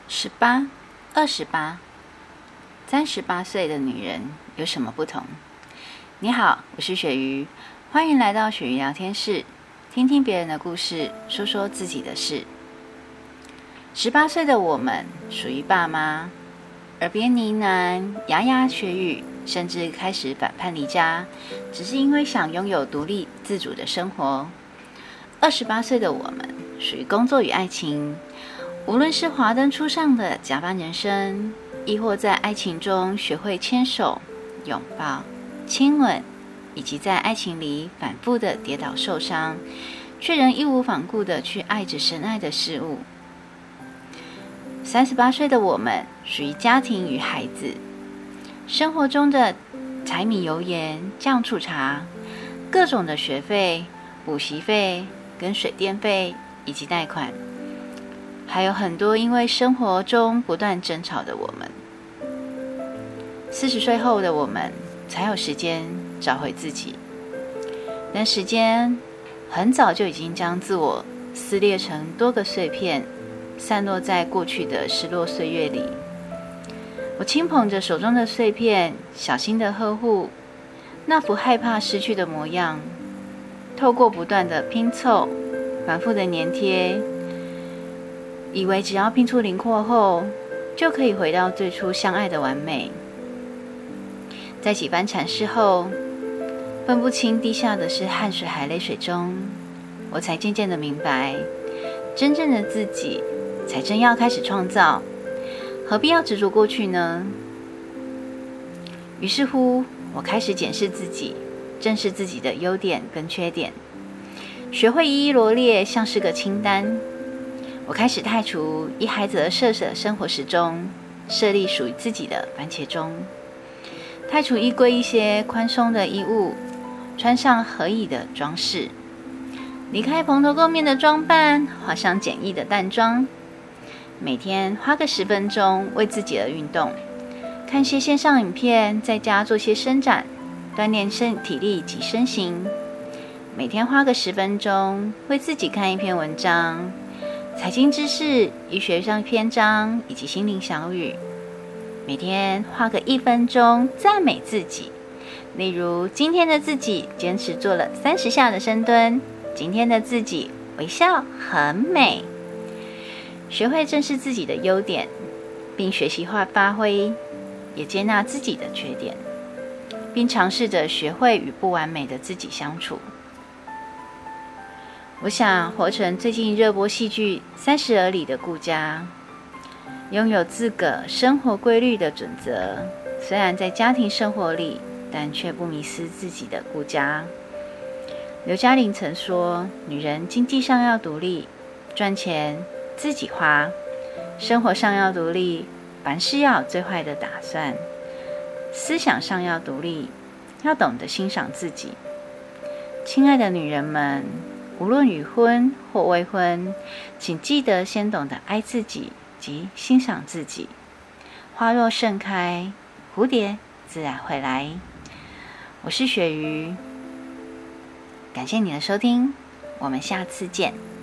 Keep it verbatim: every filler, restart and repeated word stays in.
十八、二十八、三十八岁的女人有什么不同？你好，我是雪鱼，欢迎来到雪鱼聊天室，听听别人的故事，说说自己的事。十八岁的我们属于爸妈，耳边呢喃，牙牙学语，甚至开始反叛离家，只是因为想拥有独立自主的生活。二十八岁的我们属于工作与爱情，无论是华灯初上的加班人生，亦或在爱情中学会牵手、拥抱、亲吻，以及在爱情里反复的跌倒受伤，却仍义无反顾的去爱着深爱的事物。三十八岁的我们属于家庭与孩子，生活中的柴米油盐酱醋茶，各种的学费、补习费跟水电费以及贷款，还有很多因为生活中不断争吵的我们。四十岁后的我们才有时间找回自己，但时间很早就已经将自我撕裂成多个碎片，散落在过去的失落岁月里。我轻捧着手中的碎片，小心的呵护那副害怕失去的模样，透过不断的拼凑，反复的粘贴，以为只要拼出轮廓后，就可以回到最初相爱的完美。在几番阐释后，分不清滴下的是汗水还泪水中，我才渐渐的明白，真正的自己才真要开始创造，何必要执着过去呢？于是乎，我开始检视自己，正视自己的优点跟缺点，学会一一罗列，像是个清单。我开始太除一孩子而设的生活时钟，设立属于自己的番茄钟，太除衣柜一些宽松的衣物，穿上合宜的装饰，离开蓬头垢面的装扮，画上简易的淡妆。每天花个十分钟为自己而运动，看些线上影片，在家做些伸展，锻炼身体力及身形。每天花个十分钟为自己看一篇文章，财经知识、医学上篇章以及心灵小语。每天花个一分钟赞美自己，例如今天的自己坚持做了三十下的深蹲，今天的自己微笑很美。学会正视自己的优点，并学习化发挥，也接纳自己的缺点，并尝试着学会与不完美的自己相处。我想活成最近热播戏剧《三十而已》的顾佳，拥有自个生活规律的准则，虽然在家庭生活里，但却不迷失自己的顾佳。刘嘉玲曾说，女人经济上要独立，赚钱自己花，生活上要独立，凡事要有最坏的打算，思想上要独立，要懂得欣赏自己。亲爱的女人们，无论已婚或未婚，请记得先懂得爱自己及欣赏自己。花若盛开，蝴蝶自然会来。我是雪鱼，感谢你的收听，我们下次见。